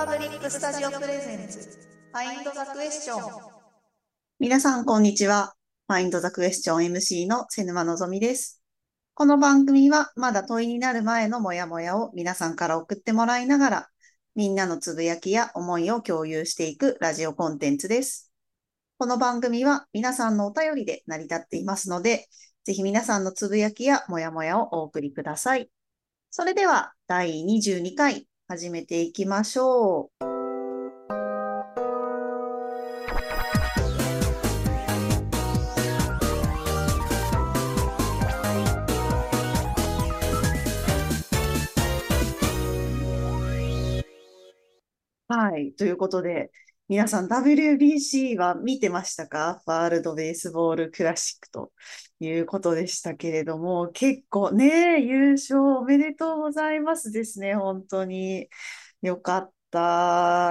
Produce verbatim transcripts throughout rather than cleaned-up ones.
パブリックスタジオプレゼンツファインドザクエスチョン。 皆さん、こんにちは。ファインドザクエスチョン エムシー の瀬沼のぞみです。この番組は、まだ問いになる前のモヤモヤを皆さんから送ってもらいながら、みんなのつぶやきや思いを共有していくラジオコンテンツです。この番組は皆さんのお便りで成り立っていますので、ぜひ皆さんのつぶやきやモヤモヤをお送りください。それでは、だいにじゅうにかい始めていきましょう。はい。ということで、皆さん ダブリュービーシー は見てましたか？ワールドベースボールクラシックということでしたけれども、結構ね、優勝おめでとうございますですね。本当に。よかった。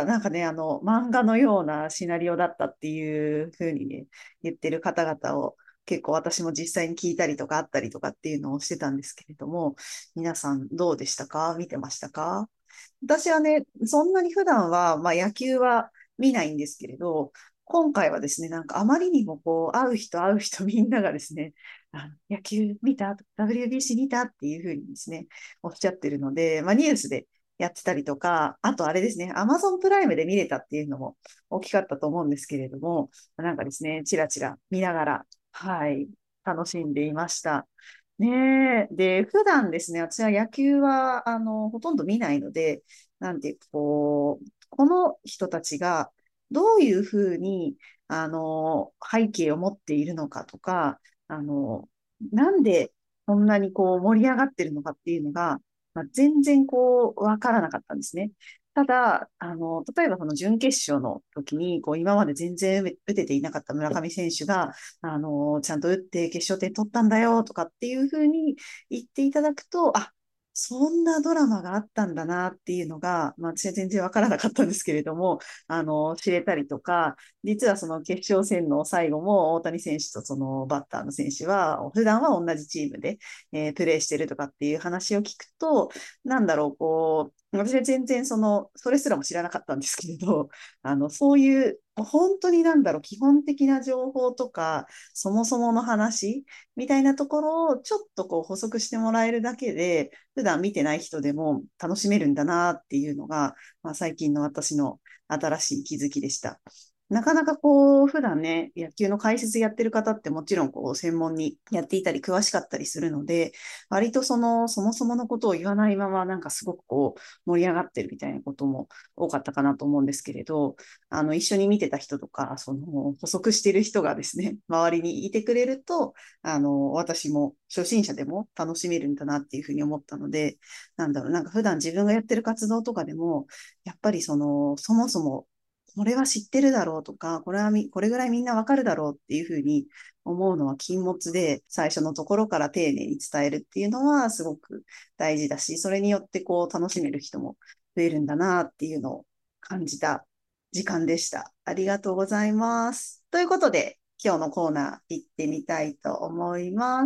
なんかね、あの、漫画のようなシナリオだったっていうふうにね、言ってる方々を結構私も実際に聞いたりとかあったりとかっていうのをしてたんですけれども、皆さんどうでしたか？見てましたか？私はね、そんなに普段は、まあ野球は見ないんですけれど、今回はですね、なんかあまりにもこう、会う人会う人みんながですね、あの野球見た？ ダブリュービーシー 見たっていうふうにですね、おっしゃってるので、まあニュースでやってたりとか、あとあれですね、アマゾンプライムで見れたっていうのも大きかったと思うんですけれども、なんかですね、ちらちら見ながら、はい、楽しんでいました。ねえ。で、普段ですね、私は野球は、あの、ほとんど見ないので、なんていうか、こう、この人たちがどういうふうに、あの、背景を持っているのかとか、あの、なんでこんなにこう盛り上がってるのかっていうのが、まあ、全然こう、わからなかったんですね。ただ、あの、例えばこの準決勝の時に、こう、今まで全然打てていなかった村上選手が、あの、ちゃんと打って決勝点取ったんだよとかっていうふうに言っていただくと、あ、そんなドラマがあったんだなっていうのが、まあ私は全然わからなかったんですけれども、あの、知れたりとか、実はその決勝戦の最後も大谷選手とそのバッターの選手は、普段は同じチームで、えープレーしてるとかっていう話を聞くと、なんだろう、こう、私は全然その、それすらも知らなかったんですけれど、あの、そういう、本当になんだろう、基本的な情報とか、そもそもの話みたいなところをちょっとこう補足してもらえるだけで、普段見てない人でも楽しめるんだなっていうのが、まあ、最近の私の新しい気づきでした。なかなかこう、普段ね、野球の解説やってる方ってもちろんこう、専門にやっていたり詳しかったりするので、割とその、そもそものことを言わないまま、なんかすごくこう、盛り上がってるみたいなことも多かったかなと思うんですけれど、あの、一緒に見てた人とか、その、補足してる人がですね、周りにいてくれると、あの、私も初心者でも楽しめるんだなっていうふうに思ったので、なんだろう、なんか普段自分がやってる活動とかでも、やっぱりその、そもそも、これは知ってるだろうとか、これはみ、これぐらいみんなわかるだろうっていうふうに思うのは禁物で、最初のところから丁寧に伝えるっていうのはすごく大事だし、それによってこう楽しめる人も増えるんだなっていうのを感じた時間でした。ありがとうございます。ということで、今日のコーナー行ってみたいと思います。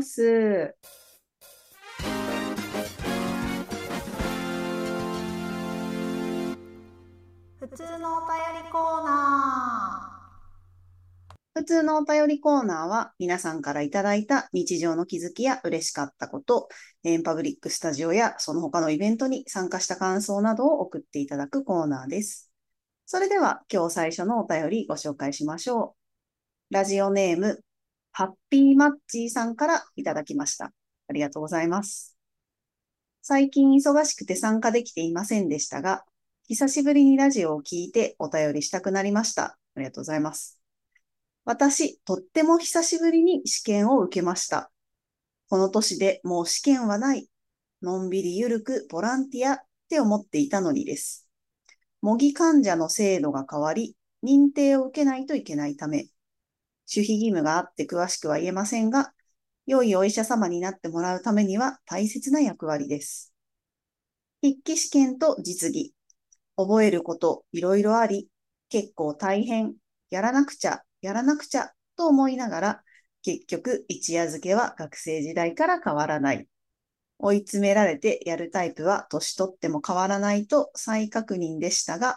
普通のお便りコーナ普通のお便りコーナーは皆さんからいただいた日常の気づきや嬉しかったこと、エンパブリックスタジオやその他のイベントに参加した感想などを送っていただくコーナーです。それでは今日最初のお便りご紹介しましょう。ラジオネーム、ハッピーマッチーさんからいただきました。ありがとうございます。最近忙しくて参加できていませんでしたが、久しぶりにラジオを聞いてお便りしたくなりました。ありがとうございます。私、とっても久しぶりに試験を受けました。この年でもう試験はない。のんびりゆるくボランティアって思っていたのにです。模擬患者の制度が変わり、認定を受けないといけないため、守秘義務があって詳しくは言えませんが、良いお医者様になってもらうためには大切な役割です。筆記試験と実技、覚えることいろいろあり、結構大変、やらなくちゃ、やらなくちゃと思いながら、結局一夜漬けは学生時代から変わらない。追い詰められてやるタイプは年取っても変わらないと再確認でしたが、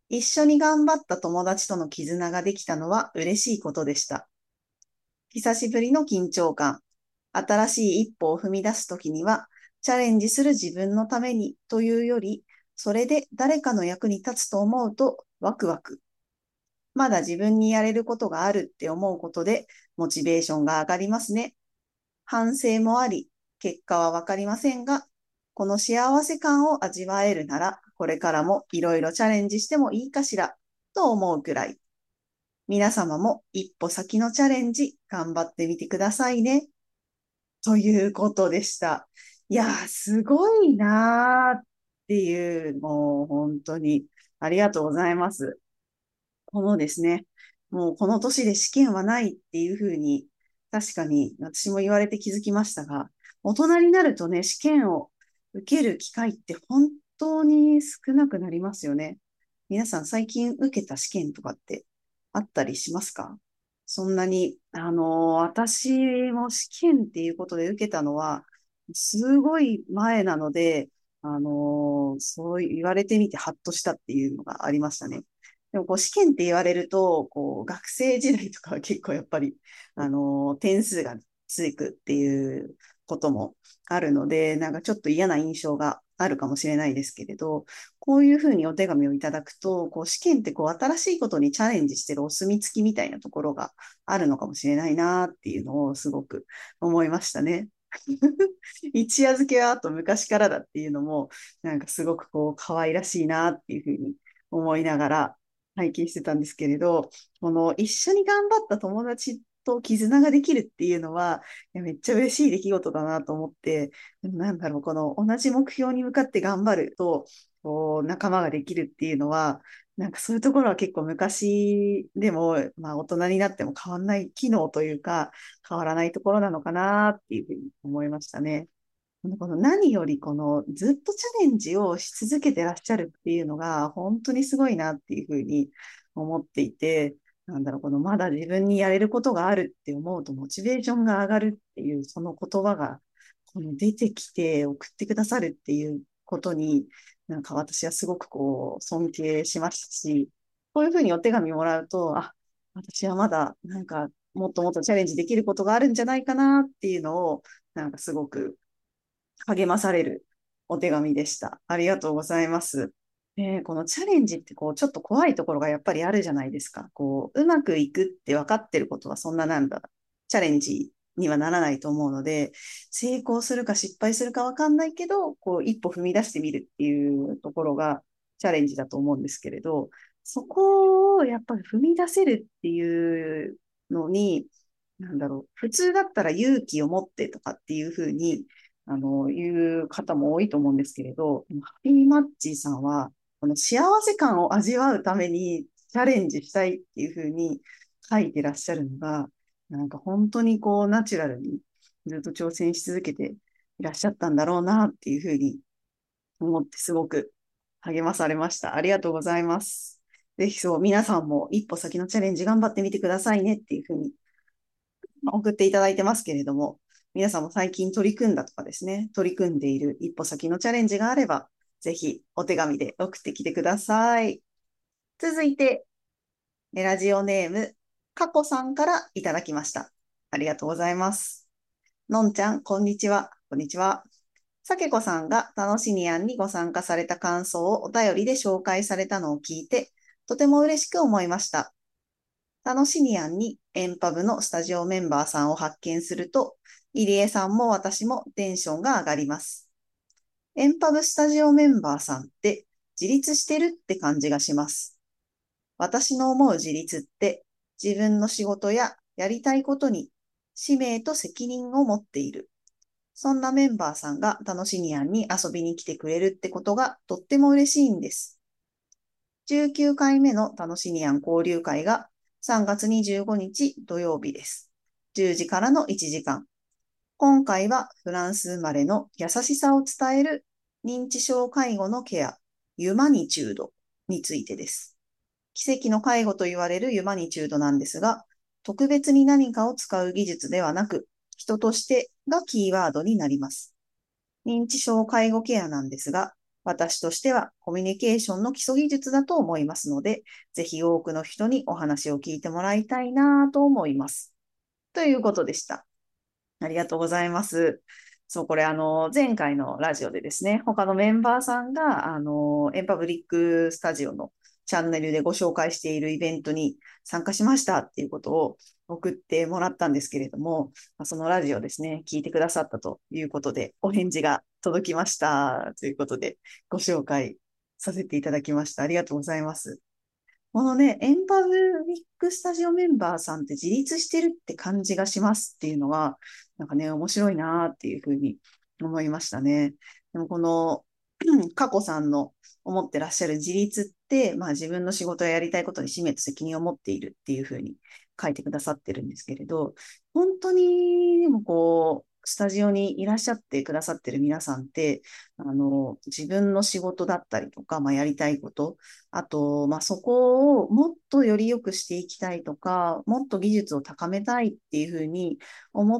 一緒に頑張った友達との絆ができたのは嬉しいことでした。久しぶりの緊張感。新しい一歩を踏み出すときには、チャレンジする自分のためにというより、それで誰かの役に立つと思うとワクワク。まだ自分にやれることがあるって思うことで、モチベーションが上がりますね。反省もあり、結果はわかりませんが、この幸せ感を味わえるなら、これからもいろいろチャレンジしてもいいかしら、と思うくらい。皆様も一歩先のチャレンジ、頑張ってみてくださいね。ということでした。いやー、すごいなーっていう、もう本当にありがとうございます。このですね、もうこの年で試験はないっていうふうに、確かに私も言われて気づきましたが、大人になるとね、試験を受ける機会って本当に少なくなりますよね。皆さん最近受けた試験とかってあったりしますか？そんなに、あの、私も試験っていうことで受けたのは、すごい前なので、あの、そう言われてみてハッとしたっていうのがありましたね。でもこう試験って言われると、こう学生時代とかは結構やっぱり、あの、点数がつくっていうこともあるので、なんかちょっと嫌な印象があるかもしれないですけれど、こういうふうにお手紙をいただくと、こう試験ってこう新しいことにチャレンジしてるお墨付きみたいなところがあるのかもしれないなっていうのをすごく思いましたね。一夜漬けはあと昔からだっていうのも、なんかすごくこう可愛らしいなっていうふうに思いながら拝見してたんですけれど、この一緒に頑張った友達と絆ができるっていうのは、いやめっちゃ嬉しい出来事だなと思って、なんだろう、この同じ目標に向かって頑張ると、こう仲間ができるっていうのは、なんかそういうところは結構昔でも、まあ大人になっても変わらない機能というか、変わらないところなのかなっていうふうに思いましたね。この何よりこのずっとチャレンジをし続けてらっしゃるっていうのが本当にすごいなっていうふうに思っていて、なんだろう、このまだ自分にやれることがあるって思うとモチベーションが上がるっていうその言葉がこの出てきて送ってくださるっていうことになんか私はすごくこう尊敬しましたし、こういうふうにお手紙もらうと、あ、私はまだなんかもっともっとチャレンジできることがあるんじゃないかなっていうのをなんかすごく励まされるお手紙でした。ありがとうございます。で、このチャレンジってこう、ちょっと怖いところがやっぱりあるじゃないですか。こう、うまくいくって分かってることはそんななんだ。チャレンジにはならないと思うので、成功するか失敗するか分かんないけど、こう、一歩踏み出してみるっていうところがチャレンジだと思うんですけれど、そこをやっぱり踏み出せるっていうのに、なんだろう、普通だったら勇気を持ってとかっていうふうに、あの、いう方も多いと思うんですけれど、ハッピーマッチーさんは、この幸せ感を味わうためにチャレンジしたいっていうふうに書いてらっしゃるのが、なんか本当にこうナチュラルにずっと挑戦し続けていらっしゃったんだろうなっていうふうに思ってすごく励まされました。ありがとうございます。ぜひそう、皆さんも一歩先のチャレンジ頑張ってみてくださいねっていうふうに送っていただいてますけれども、皆さんも最近取り組んだとかですね、取り組んでいる一歩先のチャレンジがあれば、ぜひお手紙で送ってきてください。続いて、ラジオネーム、かこさんからいただきました。ありがとうございます。のんちゃん、こんにちは。こんにちは。さけこさんが楽しにやんにご参加された感想をお便りで紹介されたのを聞いて、とても嬉しく思いました。楽しみやんにエンパブのスタジオメンバーさんを発見すると、入江さんも私もテンションが上がります。エンパブスタジオメンバーさんって自立してるって感じがします。私の思う自立って自分の仕事ややりたいことに使命と責任を持っている。そんなメンバーさんが楽しみやんに遊びに来てくれるってことがとっても嬉しいんです。じゅうきゅうかいめの楽しみやん交流会がさんがつにじゅうごにち土曜日です。じゅうじからのいちじかん。今回はフランス生まれの優しさを伝える認知症介護のケア、ユマニチュードについてです。奇跡の介護と言われるユマニチュードなんですが、特別に何かを使う技術ではなく、人としてがキーワードになります。認知症介護ケアなんですが、 私としてはコミュニケーションの基礎技術だと思いますので、ぜひ多くの人にお話を聞いてもらいたいなと思います。ということでした。ありがとうございます。そう、これあの、前回のラジオでですね、他のメンバーさんが、あの、エンパブリックスタジオのチャンネルでご紹介しているイベントに参加しましたっていうことを送ってもらったんですけれども、まあそのラジオですね、聞いてくださったということで、お返事が届きましたということで、ご紹介させていただきました。ありがとうございます。このね、エンパブリックスタジオメンバーさんって自立してるって感じがしますっていうのは、なんかね、面白いなっていうふうに思いましたね。でもこの、カコさんの思ってらっしゃる自立って、まあ自分の仕事ややりたいことに使命と責任を持っているっていうふうに書いてくださってるんですけれど、本当に、でもこう、スタジオにいらっしゃってくださってる皆さんって、あの、自分の仕事だったりとか、まあやりたいこと、あと、まあ、そこをもっとより良くしていきたいとか、もっと技術を高めたいっていうふうに思って、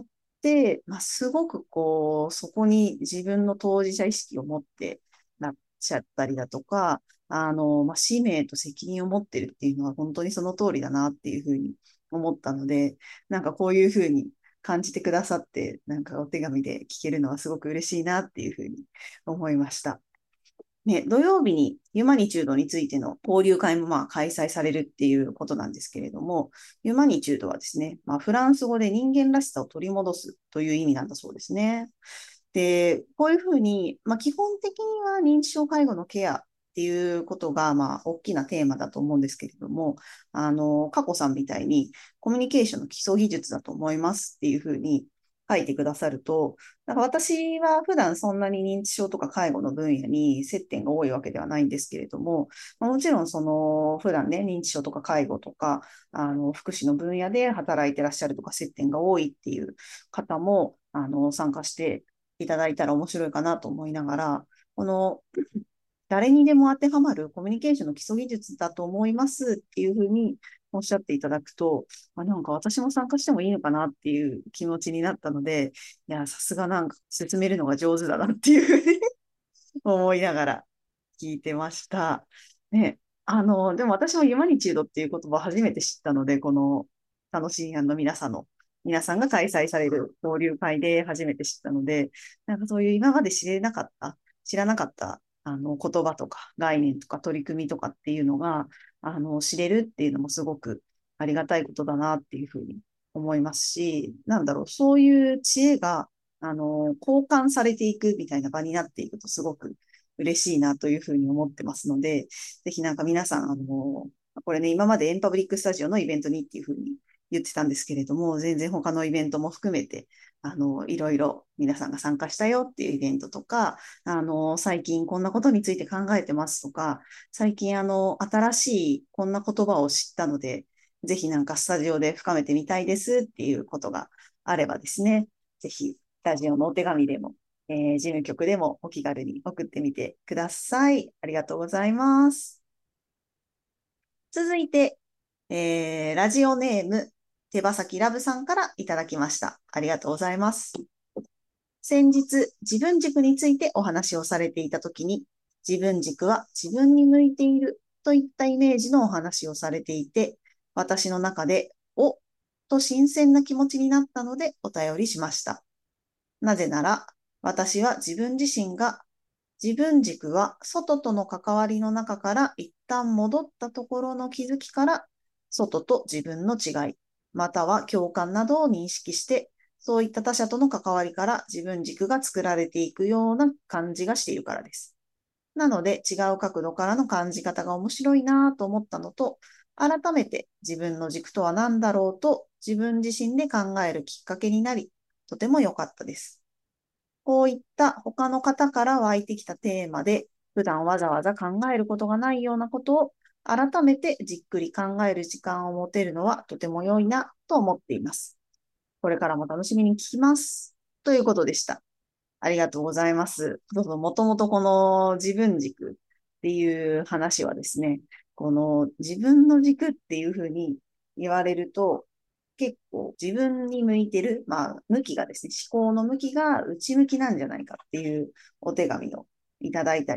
まあ、すごくこう、そこに自分の当事者意識を持ってなっちゃったりだとか、あの、まあ、使命と責任を持ってるっていうのは本当にその通りだなっていうふうに思ったので、なんかこういうふうに感じてくださって、なんかお手紙で聞けるのはすごく嬉しいなっていうふうに思いました。ね、土曜日にユマニチュードについての交流会もまあ開催されるっていうことなんですけれども、ユマニチュードはですね、まあ、フランス語で人間らしさを取り戻すという意味なんだそうですね。で、こういうふうに、まあ、基本的には認知症介護のケアっていうことが、まあ、大きなテーマだと思うんですけれども、あの、カコさんみたいにコミュニケーションの基礎技術だと思いますっていうふうに書いてくださると、なんか私は普段そんなに認知症とか介護の分野に接点が多いわけではないんですけれども、まあもちろんその普段ね、認知症とか介護とか、あの、福祉の分野で働いてらっしゃるとか接点が多いっていう方も、あの、参加していただいたら面白いかなと思いながら、この誰にでも当てはまるコミュニケーションの基礎技術だと思いますっていうふうにおっしゃっていただくと、あ、なんか私も参加してもいいのかなっていう気持ちになったので、いや、さすがなんか進めるのが上手だなっていうふうに思いながら聞いてました。ね、あの、でも私もユマニチュードっていう言葉を初めて知ったので、この楽しいあの皆さんの、皆さんが開催される交流会で初めて知ったので、なんかそういう今まで知れなかった、知らなかったあの言葉とか概念とか取り組みとかっていうのが、あの、知れるっていうのもすごくありがたいことだなっていうふうに思いますし、なんだろう、そういう知恵が、あの、交換されていくみたいな場になっていくとすごく嬉しいなというふうに思ってますので、ぜひなんか皆さん、あの、これね、今までエンパブリックスタジオのイベントにっていうふうに言ってたんですけれども、全然他のイベントも含めて、あの、いろいろ皆さんが参加したよっていうイベントとか、あの、最近こんなことについて考えてますとか、最近あの、新しいこんな言葉を知ったので、ぜひなんかスタジオで深めてみたいですっていうことがあればですね、ぜひスタジオのお手紙でも、えー事務局でもお気軽に送ってみてください。ありがとうございます。続いて、えーラジオネーム、手羽先ラブさんからいただきました。ありがとうございます。先日、自分軸についてお話をされていたときに、自分軸は自分に向いているといったイメージのお話をされていて、私の中で、お、と新鮮な気持ちになったのでお便りしました。なぜなら、私は自分自身が、自分軸は外との関わりの中から一旦戻ったところの気づきから、外と自分の違い、または共感などを認識して、そういった他者との関わりから自分軸が作られていくような感じがしているからです。なので、違う角度からの感じ方が面白いなと思ったのと、改めて自分の軸とは何だろうと自分自身で考えるきっかけになり、とても良かったです。こういった他の方から湧いてきたテーマで、普段わざわざ考えることがないようなことを改めてじっくり考える時間を持てるのはとても良いなと思っています。これからも楽しみに聞きます。ということでした。ありがとうございます。どうぞ、もともとこの自分軸っていう話はですね、この自分の軸っていうふうに言われると、結構自分に向いてる、まあ、向きがですね、思考の向きが内向きなんじゃないかっていうお手紙をいただいたり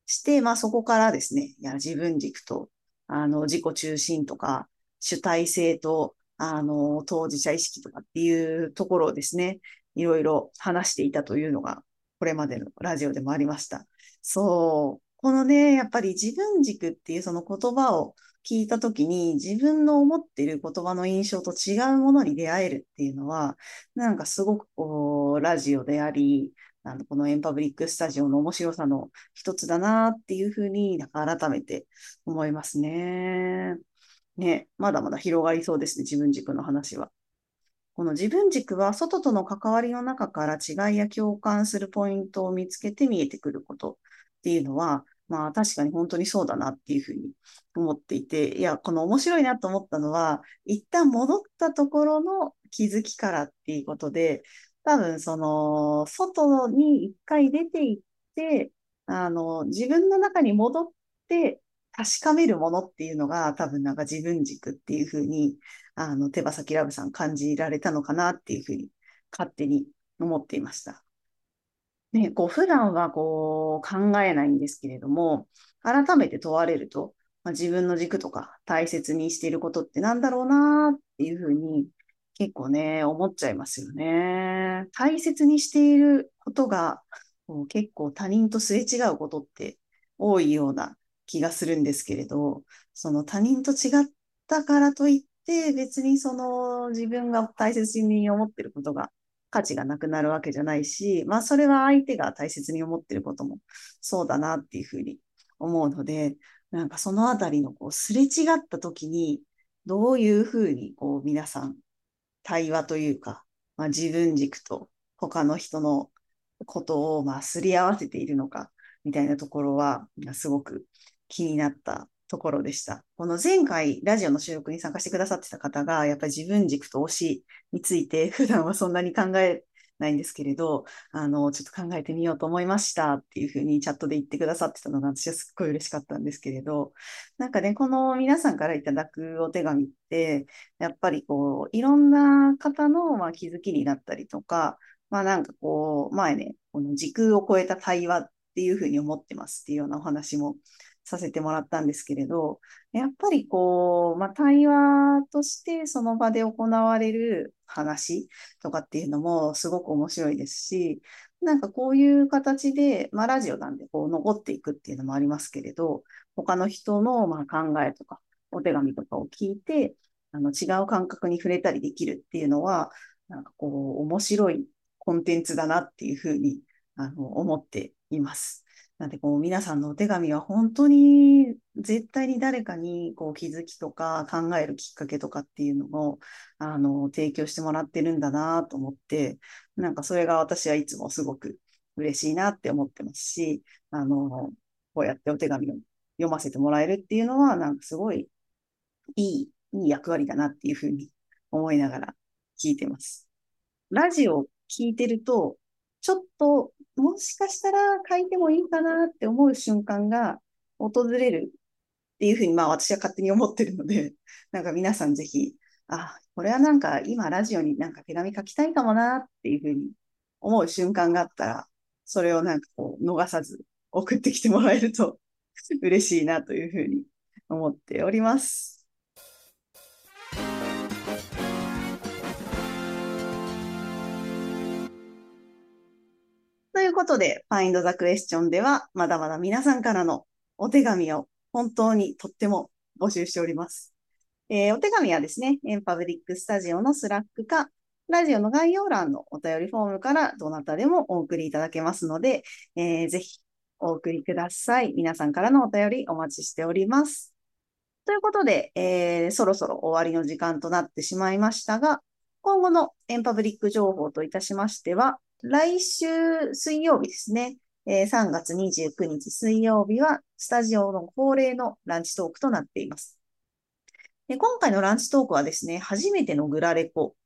して、まあそこからですね、いや、自分軸と、あの、自己中心とか、主体性と、あの、当事者意識とかっていうところをですね、いろいろ話していたというのが、これまでのラジオでもありました。そう。このね、やっぱり自分軸っていうその言葉を聞いたときに、自分の思っている言葉の印象と違うものに出会えるっていうのは、なんかすごくこう、ラジオであり、あの、このエンパブリックスタジオの面白さの一つだなっていうふうに、なんか改めて思いますね。ね、まだまだ広がりそうですね、自分軸の話は。この自分軸は外との関わりの中から違いや共感するポイントを見つけて見えてくることっていうのは、まあ確かに本当にそうだなっていうふうに思っていて、いや、この面白いなと思ったのは、一旦戻ったところの気づきからっていうことで、多分その、外に一回出て行って、あの、自分の中に戻って確かめるものっていうのが多分なんか自分軸っていうふうにあの、手羽先ラブさん感じられたのかなっていうふうに勝手に思っていました。ね、こう普段はこう考えないんですけれども、改めて問われると、まあ、自分の軸とか大切にしていることってなんだろうなっていうふうに結構ね、思っちゃいますよね。大切にしていることがこう結構他人とすれ違うことって多いような気がするんですけれど、その他人と違ったからといって別にその自分が大切に思っていることが価値がなくなるわけじゃないし、まあそれは相手が大切に思ってることもそうだなっていうふうに思うので、なんかそのあたりのこうすれ違った時に、どういうふうにこう皆さん対話というか、まあ、自分軸と他の人のことをまあすり合わせているのかみたいなところはすごく気になったところでした。この前回ラジオの収録に参加してくださってた方がやっぱり自分軸と推しについて普段はそんなに考えないんですけれど、あの、ちょっと考えてみようと思いましたっていうふうにチャットで言ってくださってたのが私はすっごい嬉しかったんですけれど、なんかね、この皆さんからいただくお手紙って、やっぱりこう、いろんな方の、まあ、気づきになったりとか、まあなんかこう、前ね、この時空を超えた対話っていうふうに思ってますっていうようなお話もさせてもらったんですけれど、やっぱりこう、まあ対話としてその場で行われる話とかっていうのもすごく面白いですし、なんかこういう形で、まあラジオなんでこう残っていくっていうのもありますけれど、他の人のまあ考えとか、お手紙とかを聞いて、あの違う感覚に触れたりできるっていうのは、なんかこう、面白いコンテンツだなっていうふうに、あの、思っています。なんで、こう、皆さんのお手紙は本当に絶対に誰かにこう気づきとか考えるきっかけとかっていうのを、あの、提供してもらってるんだなと思って、なんかそれが私はいつもすごく嬉しいなって思ってますし、あの、こうやってお手紙を読ませてもらえるっていうのは、なんかすごいいい、いい役割だなっていうふうに思いながら聞いてます。ラジオ聞いてると、ちょっと、もしかしたら書いてもいいかなって思う瞬間が訪れるっていうふうに、まあ私は勝手に思ってるので、なんか皆さんぜひ、あ、これはなんか今ラジオになんか手紙書きたいかもなっていうふうに思う瞬間があったら、それをなんかこう逃さず送ってきてもらえると嬉しいなというふうに思っております。ということで、Find the Question では、まだまだ皆さんからのお手紙を本当にとっても募集しております。えーお手紙はですね、エンパブリックスタジオのスラックか、ラジオの概要欄のお便りフォームからどなたでもお送りいただけますので、えーぜひお送りください。皆さんからのお便りお待ちしております。ということで、えーそろそろ終わりの時間となってしまいましたが、今後のエンパブリック情報といたしましては、来週水曜日ですね、えーさんがつにじゅうくにち水曜日は、スタジオの恒例のランチトークとなっています。で今回のランチトークはですね、初めてのグラレコ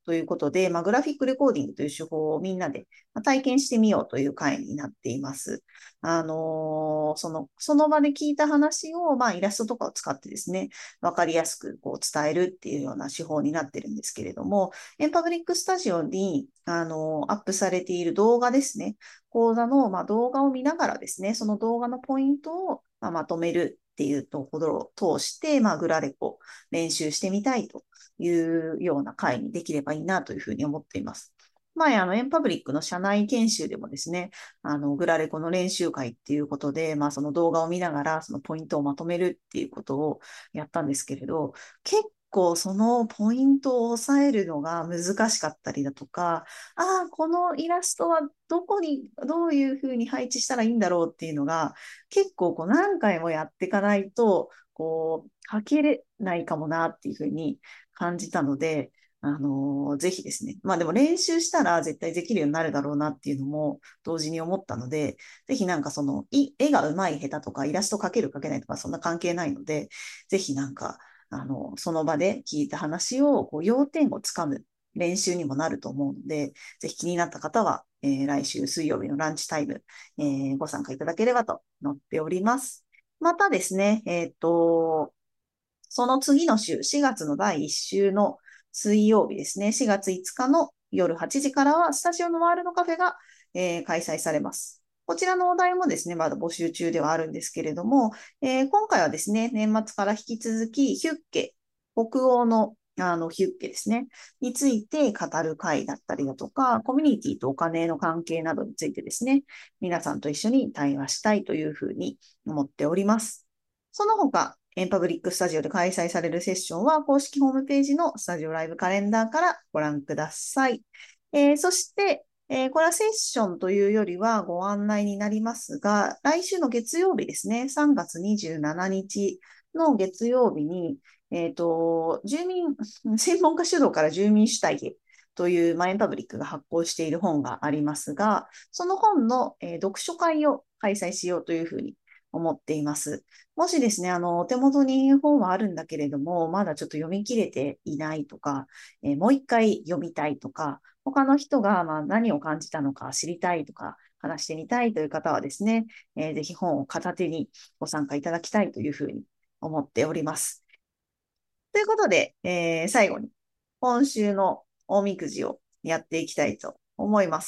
ということで、まあ、グラフィックレコーディングという手法をみんなでまあ体験してみようという会になっています。あのーその、その場で聞いた話を、まあ、イラストとかを使ってですね、わかりやすくこう伝えるっていうような手法になってるんですけれども、エンパブリックスタジオに、あのーアップされている動画ですね、講座の、まあ、動画を見ながらですね、その動画のポイントを、まあ、まとめるっていうところを通して、まあ、グラレコ練習してみたいというような会にできればいいなというふうに思っています。前、あの、エンパブリックの社内研修でもですね、あの、グラレコの練習会っていうことで、まあ、その動画を見ながら、そのポイントをまとめるっていうことをやったんですけれど、結構そのポイントを抑えるのが難しかったりだとか、ああ、このイラストはどこに、どういうふうに配置したらいいんだろうっていうのが、結構こう何回もやっていかないと、こう、書けれないかもなっていうふうに感じたので、あのーぜひですね。まあでも練習したら絶対できるようになるだろうなっていうのも同時に思ったので、ぜひなんかその、い絵が上手い下手とかイラスト描ける描けないとかそんな関係ないので、ぜひなんか、あの、その場で聞いた話を、こう、要点をつかむ練習にもなると思うので、ぜひ気になった方は、えー来週水曜日のランチタイム、えーご参加いただければと思っております。またですね、えっと、その次の週、しがつのだいいっ週の水曜日ですね、しがついつかの夜はちじからは、スタジオのワールドカフェが、えー開催されます。こちらのお題もですね、まだ募集中ではあるんですけれども、えー今回はですね、年末から引き続き、ヒュッケ、北欧のあのヒュッケですね、について語る会だったりだとか、コミュニティとお金の関係などについてですね、皆さんと一緒に対話したいというふうに思っております。その他、エンパブリックスタジオで開催されるセッションは公式ホームページのスタジオライブカレンダーからご覧ください。えーそして、えーこれはセッションというよりはご案内になりますが、来週の月曜日ですね、さんがつにじゅうしちにちの月曜日に、えっと、住民、専門家主導から住民主体へというマインパブリックが発行している本がありますが、その本の、えー読書会を開催しようというふうに思っています。もしですね、あの、お手元に本はあるんだけれども、まだちょっと読み切れていないとか、えーもう一回読みたいとか、他の人がまあ何を感じたのか知りたいとか、話してみたいという方はですね、えーぜひ本を片手にご参加いただきたいというふうに思っております。ということで、えー最後に今週のおみくじをやっていきたいと思います。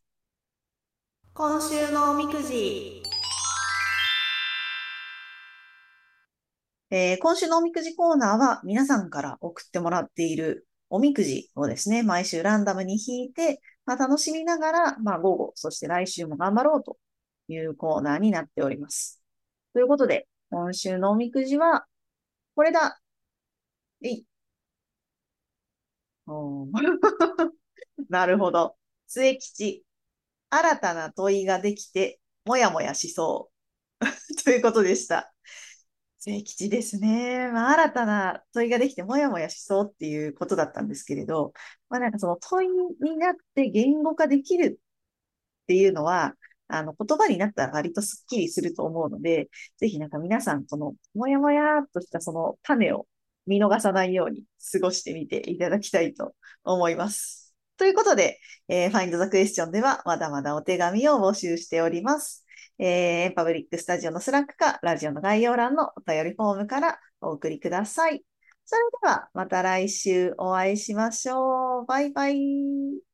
今週のおみくじ。 えー今週のおみくじコーナーは皆さんから送ってもらっているおみくじをですね、毎週ランダムに引いて、まあ、楽しみながら、まあ、午後、そして来週も頑張ろうというコーナーになっております。ということで、今週のおみくじはこれだ。えい。おーなるほど。末吉、新たな問いができて、もやもやしそうということでした。末吉ですね。まあ、新たな問いができてもやもやしそうっていうことだったんですけれど、まあなんかその問いになって言語化できるっていうのは、あの言葉になったら割とスッキリすると思うので、ぜひなんか皆さんこのもやもやっとしたその種を見逃さないように過ごしてみていただきたいと思います。ということで、えー、Find the Question ではまだまだお手紙を募集しております。えー、パブリックスタジオのスラックか、ラジオの概要欄のお便りフォームからお送りください。それではまた来週お会いしましょう。バイバイ。